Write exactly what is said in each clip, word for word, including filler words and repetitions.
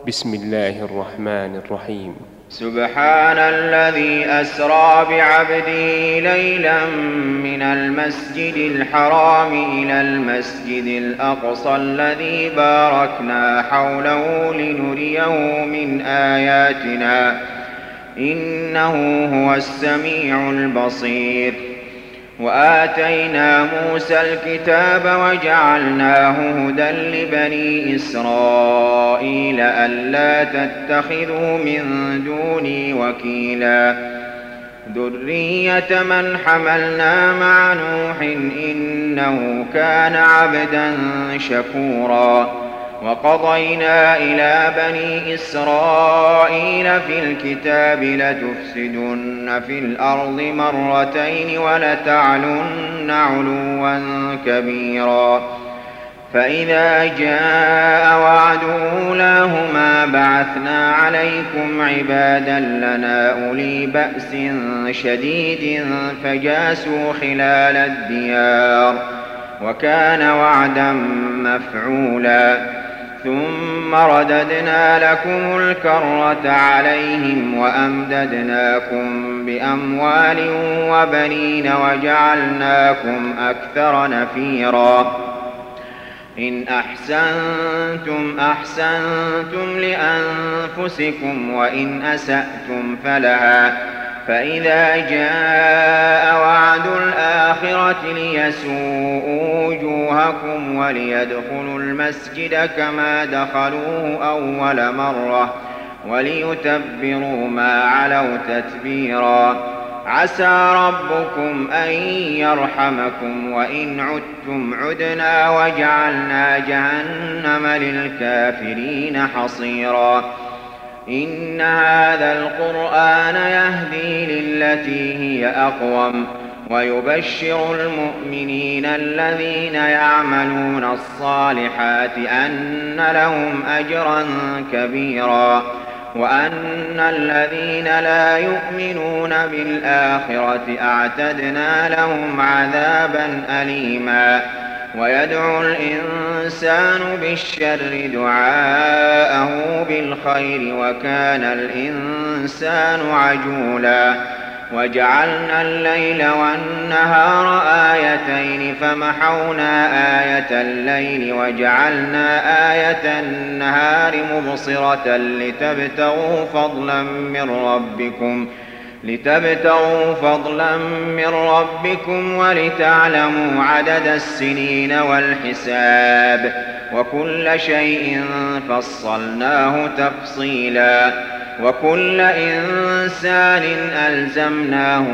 بسم الله الرحمن الرحيم. سبحان الذي أسرى بعبده ليلا من المسجد الحرام إلى المسجد الأقصى الذي باركنا حوله لنريه من آياتنا إنه هو السميع البصير. وآتينا موسى الكتاب وجعلناه هدى لبني إسرائيل ألا تتخذوا من دوني وكيلا ذرية من حملنا مع نوح إنه كان عبدا شكورا. وقضينا إلى بني إسرائيل في الكتاب لتفسدن في الأرض مرتين ولتعلن علوا كبيرا. فإذا جاء وعد أولاهما بعثنا عليكم عبادا لنا أولي بأس شديد فجاسوا خلال الديار وكان وعدا مفعولا. ثم رددنا لكم الكرة عليهم وأمددناكم بأموال وبنين وجعلناكم أكثر نفيرا. إن أحسنتم أحسنتم لأنفسكم وإن أسأتم فلها. فإذا جاء وعد الآخرة ليسوءوا وجوهكم وليدخلوا المسجد كما دخلوه أول مرة وليتبروا ما علوا تتبيرا. عسى ربكم أن يرحمكم وإن عدتم عدنا وجعلنا جهنم للكافرين حصيرا. إن هذا القرآن يهدي للتي هي أقوم ويبشر المؤمنين الذين يعملون الصالحات أن لهم أجرا كبيرا وأن الذين لا يؤمنون بالآخرة أعتدنا لهم عذابا أليما. ويدعو الإنسان بالشر دعاءه بالخير وكان الإنسان عجولا. وجعلنا الليل والنهار آيتين فمحونا آية الليل وجعلنا آية النهار مبصرة لتبتغوا فضلا من ربكم لتبتغوا فضلا من ربكم ولتعلموا عدد السنين والحساب وكل شيء فصلناه تفصيلا. وكل إنسان ألزمناه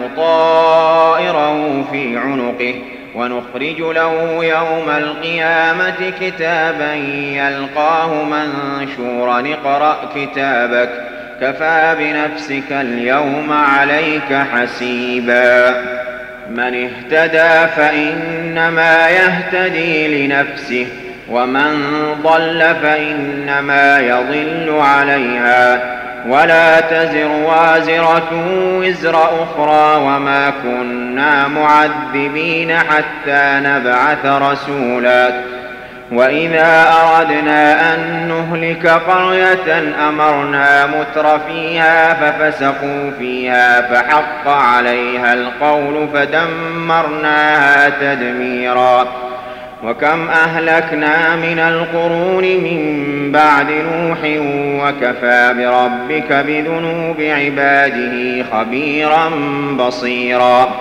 طائره في عنقه ونخرج له يوم القيامة كتابا يلقاه منشورا اقرأ كتابك كفى بنفسك اليوم عليك حسيبا. من اهتدى فإنما يهتدي لنفسه ومن ضل فإنما يضل عليها ولا تزر وازرة وزر أخرى وما كنا معذبين حتى نبعث رسولا. وإذا أردنا أن نهلك قرية أمرنا متر فيها ففسقوا فيها فحق عليها القول فدمرناها تدميرا. وكم أهلكنا من القرون من بعد نوح وكفى بربك بذنوب عباده خبيرا بصيرا.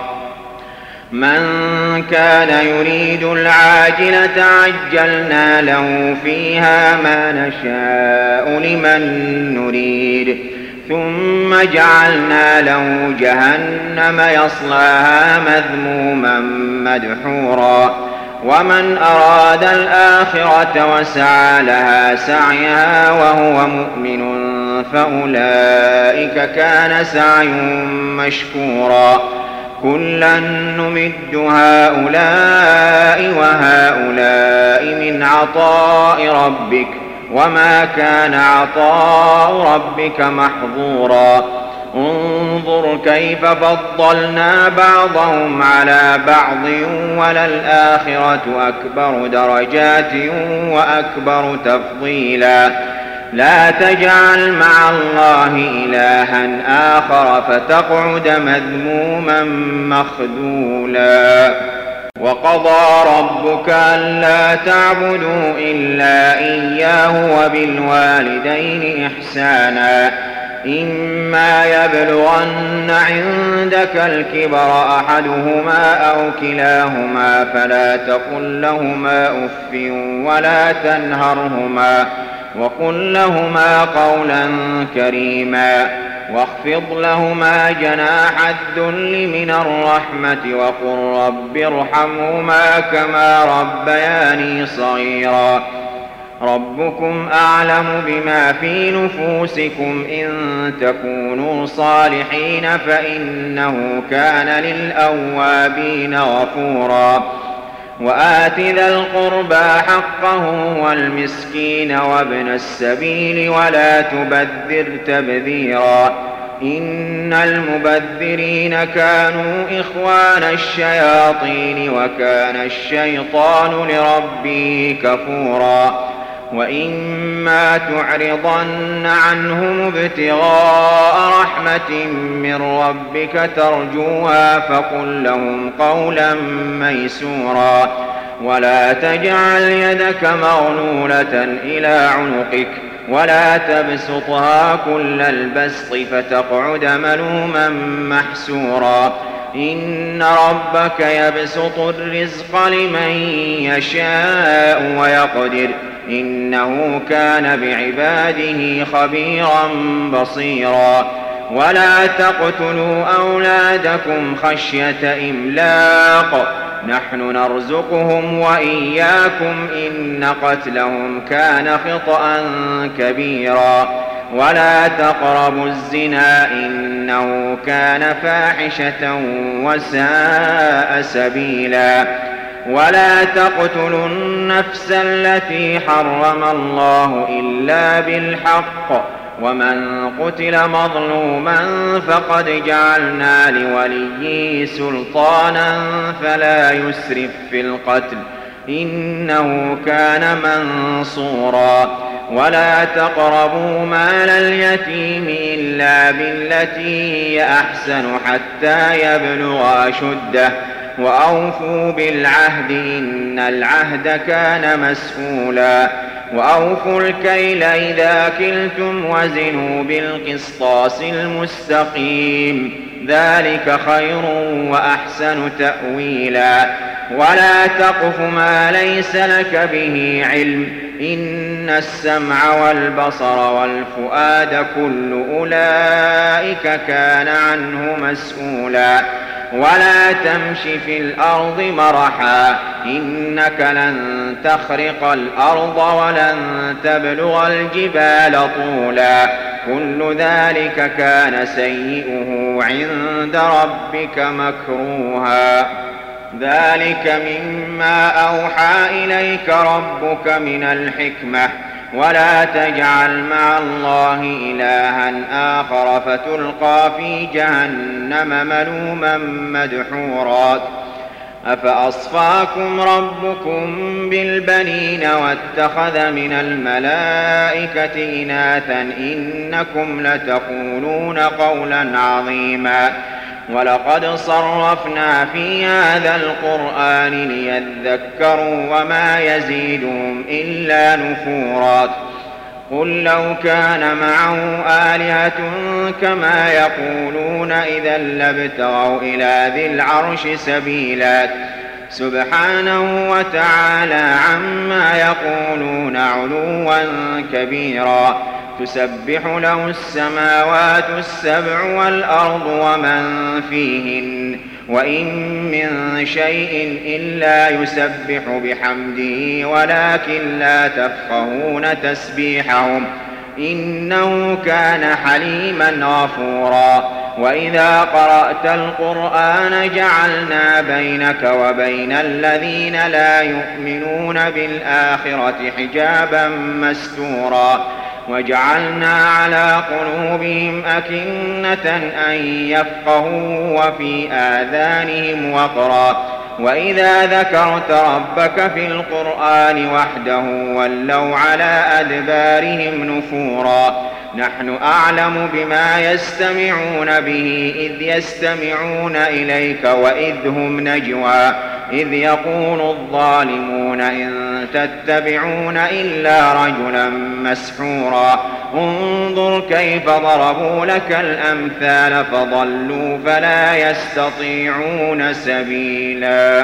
من كان يريد العاجلة عجلنا له فيها ما نشاء لمن نريد ثم جعلنا له جهنم يصلاها مذموما مدحورا. ومن أراد الآخرة وسعى لها سعيها وهو مؤمن فأولئك كان سعيهم مشكورا. كلا نمد هؤلاء وهؤلاء من عطاء ربك وما كان عطاء ربك محظورا. انظر كيف فضلنا بعضهم على بعض وللآخرة أكبر درجات وأكبر تفضيلا. لا تجعل مع الله إلها آخر فتقعد مذموما مخذولا. وقضى ربك ألا تعبدوا إلا إياه وبالوالدين إحسانا إما يبلغن عندك الكبر أحدهما أو كلاهما فلا تقل لهما أف ولا تنهرهما وقل لهما قولا كريما واخفض لهما جناح الذل من الرحمة وقل رب ارحمهما كما ربياني صغيرا. ربكم أعلم بما في نفوسكم إن تكونوا صالحين فإنه كان للأوابين غفورا. وآت ذا القربى حقه والمسكين وابن السبيل ولا تبذر تبذيرا إن المبذرين كانوا إخوان الشياطين وكان الشيطان لربه كفورا. وإما تعرضن عنهم ابتغاء رحمة من ربك ترجوها فقل لهم قولا ميسورا. ولا تجعل يدك مغلولة إلى عنقك ولا تبسطها كل البسط فتقعد ملوما محسورا. إن ربك يبسط الرزق لمن يشاء ويقدر إنه كان بعباده خبيرا بصيرا. ولا تقتلوا أولادكم خشية إملاق نحن نرزقهم وإياكم إن قتلهم كان خطأ كبيرا. ولا تقربوا الزنا إنه كان فاحشة وساء سبيلا. ولا تقتلوا النفس التي حرم الله إلا بالحق ومن قتل مظلوما فقد جعلنا لوليه سلطانا فلا يسرف في القتل إنه كان منصورا. ولا تقربوا مال اليتيم إلا بالتي هي أحسن حتى يبلغ أشده وأوفوا بالعهد إن العهد كان مسؤولا. وأوفوا الكيل إذا كلتم وزنوا بالقسطاس المستقيم ذلك خير وأحسن تأويلا. ولا تقف ما ليس لك به علم إن السمع والبصر والفؤاد كل أولئك كان عنه مسؤولا. ولا تمش في الأرض مرحا إنك لن تخرق الأرض ولن تبلغ الجبال طولا كل ذلك كان سيئه عند ربك مكروها. ذلك مما أوحى إليك ربك من الحكمة. ولا تجعل مع الله إلها آخر فتلقى في جهنم ملوما مدحورا. أفأصفاكم ربكم بالبنين واتخذ من الملائكة إناثا إنكم لتقولون قولا عظيما. ولقد صرفنا في هذا القرآن ليذكروا وما يزيدهم إلا نفورا. قل لو كان معه آلهة كما يقولون إذا لابتغوا إلى ذي العرش سبيلا. سبحانه وتعالى عما يقولون علوا كبيرا. تسبح له السماوات السبع والأرض ومن فيهن وإن من شيء إلا يسبح بحمده ولكن لا تفقهون تسبيحهم إنه كان حليما غفورا. وإذا قرأت القرآن جعلنا بينك وبين الذين لا يؤمنون بالآخرة حجابا مستورا. وجعلنا على قلوبهم أكنة أن يفقهوا وفي آذانهم وقرا وإذا ذكرت ربك في القرآن وحده ولوا على أدبارهم نفورا نحن أعلم بما يستمعون به إذ يستمعون إليك وإذ هم نجوى إذ يقول الظالمون إن تتبعون إلا رجلا مسحورا انظر كيف ضربوا لك الأمثال فضلوا فلا يستطيعون سبيلا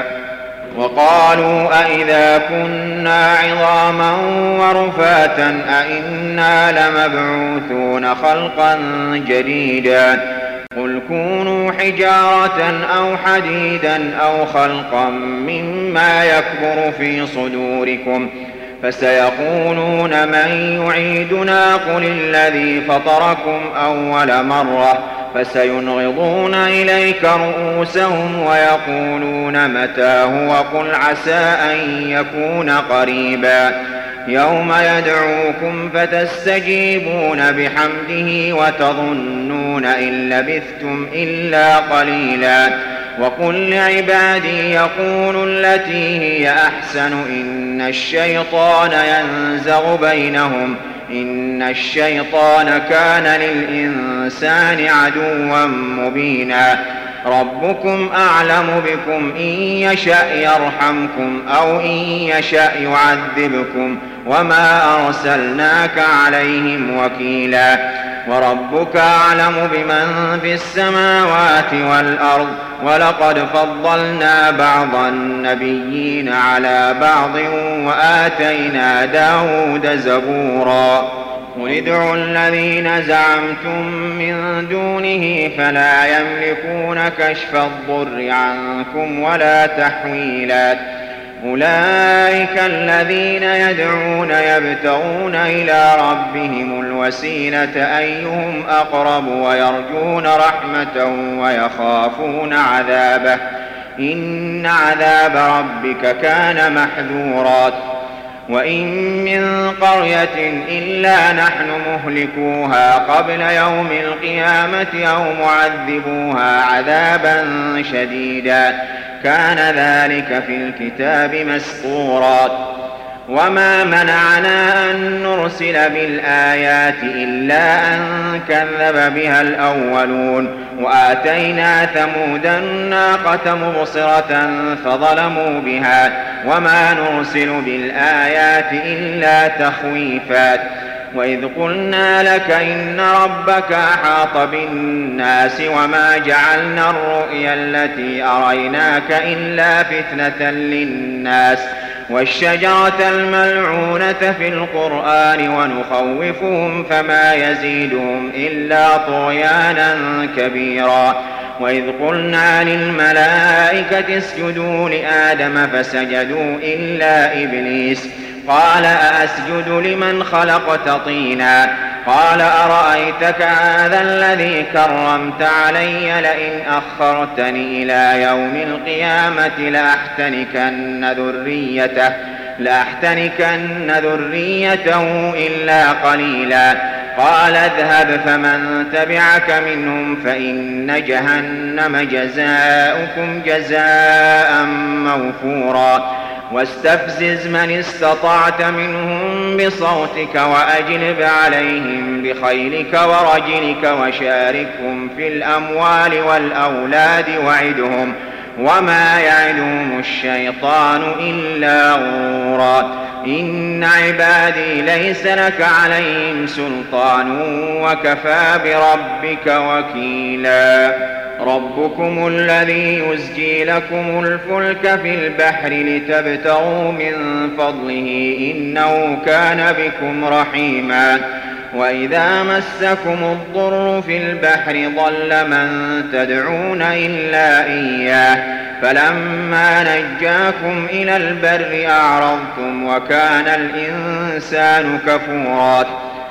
وقالوا أئذا كنا عظاما ورفاتا أئنا لمبعوثون خلقا جديدا قل كونوا حجارة أو حديدا أو خلقا مما يكبر في صدوركم فسيقولون من يعيدنا قل الذي فطركم أول مرة فسينغضون إليك رؤوسهم ويقولون متى وقل عسى أن يكون قريبا يوم يدعوكم فتستجيبون بحمده وتظنون إن لبثتم إلا قليلا وقل لعبادي يقولوا التي هي أحسن إن الشيطان ينزغ بينهم إن الشيطان كان للإنسان عدوا مبينا ربكم أعلم بكم إن يشأ يرحمكم أو إن يشأ يعذبكم وما أرسلناك عليهم وكيلا وربك أعلم بمن في السماوات والأرض ولقد فضلنا بعض النبيين على بعض وآتينا داود زبورا قل ادعوا الذين زعمتم من دونه فلا يملكون كشف الضر عنكم ولا تحويلا أولئك الذين يدعون يبتغون إلى ربهم الوسيلة أيهم أقرب ويرجون رحمته ويخافون عذابه إن عذاب ربك كان محذورا وإن من قرية إلا نحن مهلكوها قبل يوم القيامة أو معذبوها عذابا شديدا كان ذلك في الكتاب مسطورا وما منعنا أن نرسل بالآيات إلا أن كذب بها الأولون وآتينا ثمود الناقة مبصرة فظلموا بها وما نرسل بالآيات إلا تخويفا وإذ قلنا لك إن ربك أحاط بالناس وما جعلنا الرؤيا التي أريناك إلا فتنة للناس والشجرة الملعونة في القرآن ونخوفهم فما يزيدهم إلا طغيانا كبيرا وإذ قلنا للملائكة اسجدوا لآدم فسجدوا إلا إبليس قال أأسجد لمن خلقت طينا قال أرأيتك هذا الذي كرمت علي لئن أخرتني إلى يوم القيامة لأحتنكن ذريته لأحتنكن ذريته إلا قليلا قال اذهب فمن تبعك منهم فإن جهنم جزاؤكم جزاء موفورا واستفزز من استطعت منهم بصوتك وأجلب عليهم بخيلك ورجلك وشاركهم في الأموال والأولاد وعدهم وما يعدهم الشيطان إلا غرورا إن عبادي ليس لك عليهم سلطان وكفى بربك وكيلا ربكم الذي يزجي لكم الفلك في البحر لتبتغوا من فضله إنه كان بكم رحيما وإذا مسكم الضر في البحر ضل من تدعون إلا إياه فلما نجاكم إلى البر أعرضتم وكان الإنسان كفورا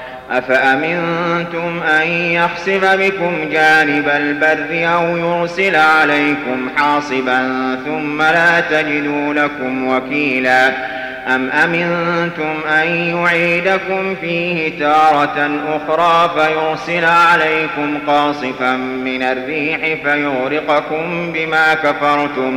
أفأمنتم أن يخسف بكم جانب البر أو يرسل عليكم حاصبا ثم لا تجدوا لكم وكيلا أم أمنتم أن يعيدكم فيه تارة أخرى فيرسل عليكم قاصفا من الريح فيغرقكم بما كفرتم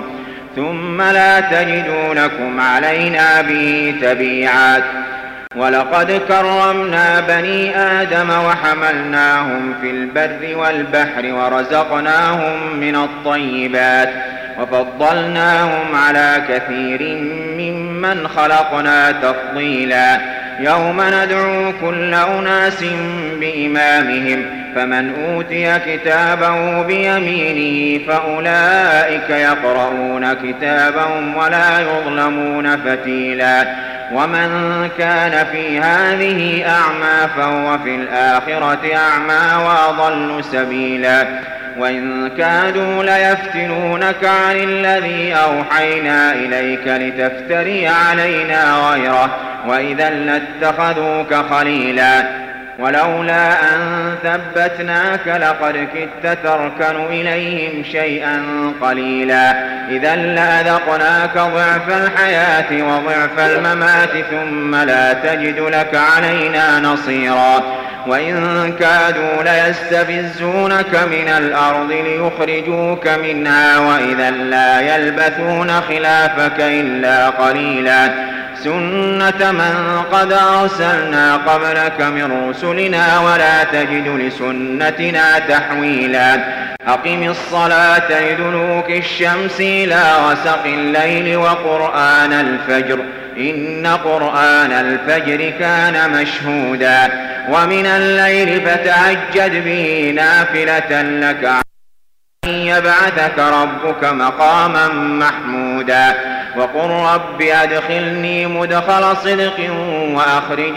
ثم لا تجدوا لكم علينا به تبيعا. ولقد كرمنا بني آدم وحملناهم في البر والبحر ورزقناهم من الطيبات وفضلناهم على كثير ممن خلقنا تفضيلا. يوم ندعو كل أناس بإمامهم فمن أوتي كتابه بيمينه فأولئك يقرؤون كتابهم ولا يظلمون فتيلا. ومن كان في هذه أعمى فهو في الآخرة أعمى وأضل سبيلا. وإن كادوا ليفتنونك عن الذي أوحينا إليك لتفتري علينا غيره وإذا لاتخذوك خليلا. ولولا أن ثبتناك لقد كدت تركن إليهم شيئا قليلا. إذا لأذقناك ضعف الحياة وضعف الممات ثم لا تجد لك علينا نصيرا. وإن كادوا ليستفزونك من الأرض ليخرجوك منها وإذا لا يلبثون خلافك إلا قليلا. سنة من قد أرسلنا قبلك من رسلنا ولا تجد لسنتنا تحويلا. أقم الصلاة لدلوك الشمس إلى غسق الليل وقرآن الفجر إن قرآن الفجر كان مشهودا. ومن الليل فتهجد به نافلة لك أن يبعثك ربك مقاما محمودا. وقل رب أدخلني مدخل صدق وأخرجني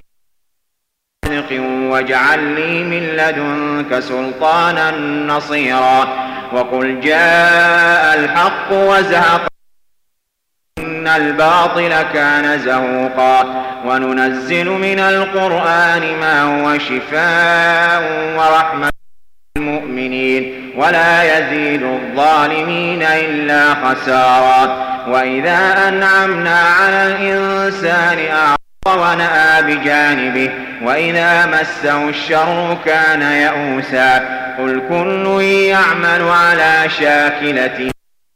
صدق واجعل لي من لدنك سلطانا نصيرا. وقل جاء الحق وزهق إن الباطل كان زهوقا. وننزل من القرآن ما هو شفاء ورحمة للمؤمنين ولا يزيد الظالمين إلا خسارا. وإذا أنعمنا على الإنسان أعرض ونأى بجانبه وإذا مسه الشر كان يئوسا. قل كل يعمل على شاكلته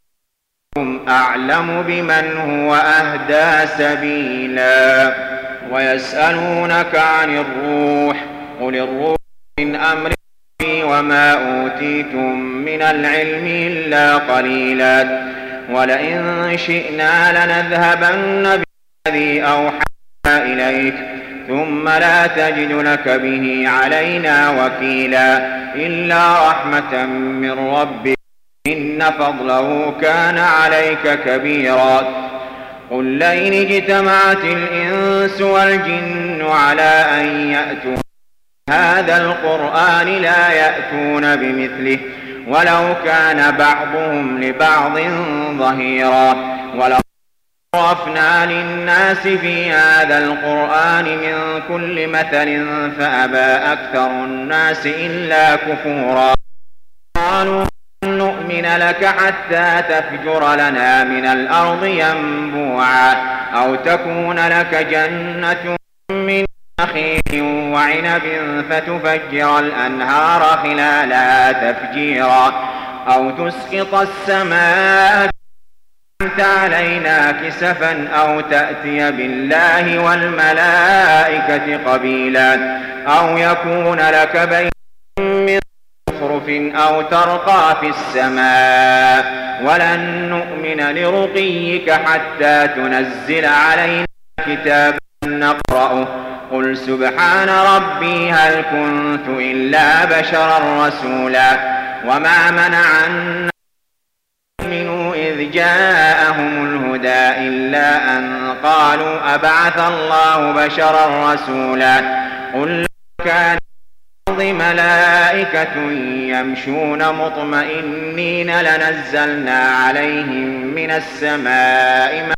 أعلم بمن هو أهدى سبيلا. ويسألونك عن الروح قل الروح من أمر ربي وما أوتيتم من العلم إلا قليلا. ولئن شئنا لنذهبن بالذي أوحينا إليك ثم لا تجد لك به علينا وكيلا. إلا رحمة من ربك إن فضله كان عليك كبيرا. قل لئن اجتمعت الإنس والجن على أن يأتوا هذا القرآن لا يأتون بمثله ولو كان بعضهم لبعض ظهيرا. ولو صرفنا للناس في هذا القرآن من كل مثل فأبى أكثر الناس إلا كفورا. قالوا نؤمن لك حتى تفجر لنا من الأرض ينبوعا أو تكون لك جنة من نخيل وعنب فتفجر الأنهار خلالها تفجيرا أو تسقط السماء علينا كسفا أو تأتي بالله والملائكة قبيلا أو يكون لك بيت من زخرف أو ترقى في السماء ولن نؤمن لرقيك حتى تنزل علينا كتابا نقرأه قل سبحان ربي هل كنت إلا بشرا رسولا. وما منع الناس يؤمنوا إذ جاءهم الهدى إلا أن قالوا أبعث الله بشرا رسولا. قل لو كان ملائكة يمشون مطمئنين لنزلنا عليهم من السماء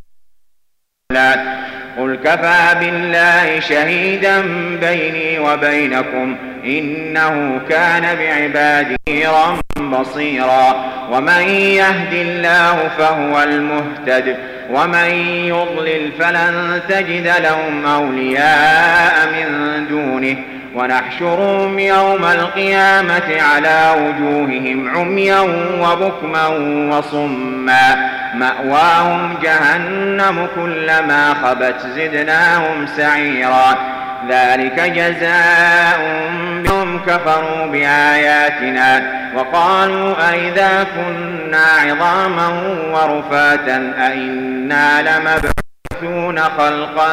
ماء. قل كفى بالله شهيدا بيني وبينكم إنه كان بعباده بصيرا. ومن يهد الله فهو المهتد ومن يضلل فلن تجد لهم أولياء من دونه ونحشرهم يوم القيامة على وجوههم عميا وبكما وصما مأواهم جهنم كلما خبت زدناهم سعيرا ذلك جزاؤهم بهم كفروا بآياتنا وقالوا أئذا كنا عظاما ورفاتا أئنا لمبعوثون خلقا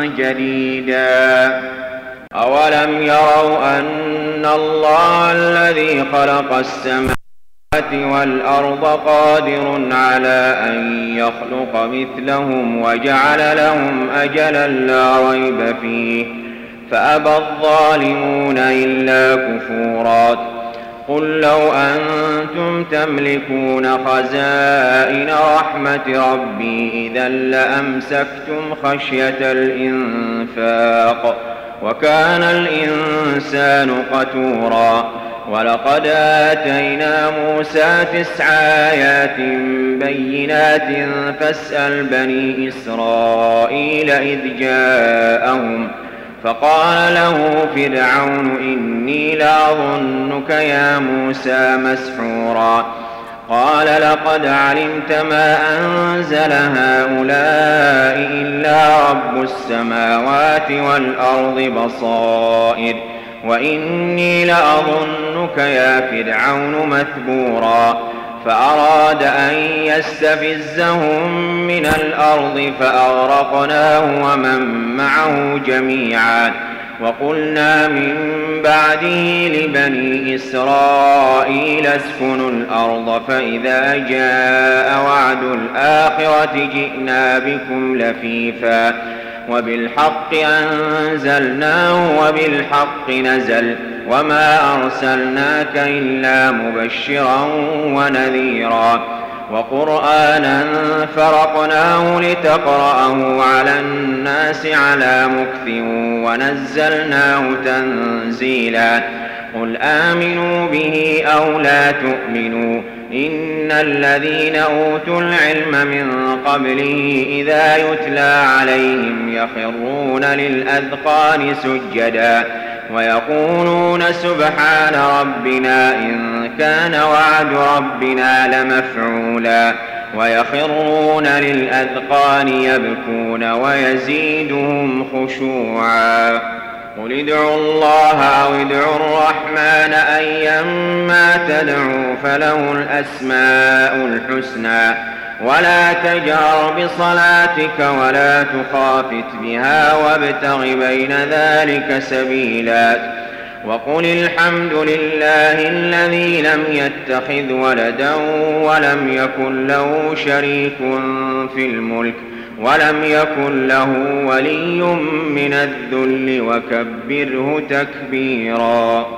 جديدا أولم يروا أن الله الذي خلق السماوات والأرض قادر على أن يخلق مثلهم وجعل لهم أجلا لا ريب فيه فأبى الظالمون إلا كفورا قل لو أنتم تملكون خزائن رحمة ربي إذا لأمسكتم خشية الإنفاق وكان الإنسان قتورا ولقد آتينا موسى تسع آيات بينات فاسأل بني إسرائيل إذ جاءهم فقال له فرعون إني لأظنك يا موسى مسحورا قال لقد علمت ما أنزل هؤلاء إلا رب السماوات والأرض بصائر وإني لأظنك يا فرعون مثبورا فأراد أن يستفزهم من الأرض فأغرقناه ومن معه جميعا وقلنا من بعده لبني إسرائيل اسكنوا الأرض فإذا جاء وعد الآخرة جئنا بكم لفيفا وبالحق أنزلناه وبالحق نزل وما أرسلناك إلا مبشرا ونذيرا وقرآنا فرقناه لتقرأه على الناس على مكث ونزلناه تنزيلا قل آمنوا به أو لا تؤمنوا إن الذين أوتوا العلم من قبله إذا يتلى عليهم يخرون للأذقان سجدا ويقولون سبحان ربنا إن كان وعد ربنا لمفعولا ويخرون للأذقان يبكون ويزيدهم خشوعا قل ادعوا الله أو ادعوا الرحمن أيما تدعوا فله الأسماء الحسنى ولا تجهر بصلاتك ولا تخافت بها وابتغ بين ذلك سبيلا وقل الحمد لله الذي لم يتخذ ولدا ولم يكن له شريك في الملك ولم يكن له ولي من الذل وكبره تكبيرا.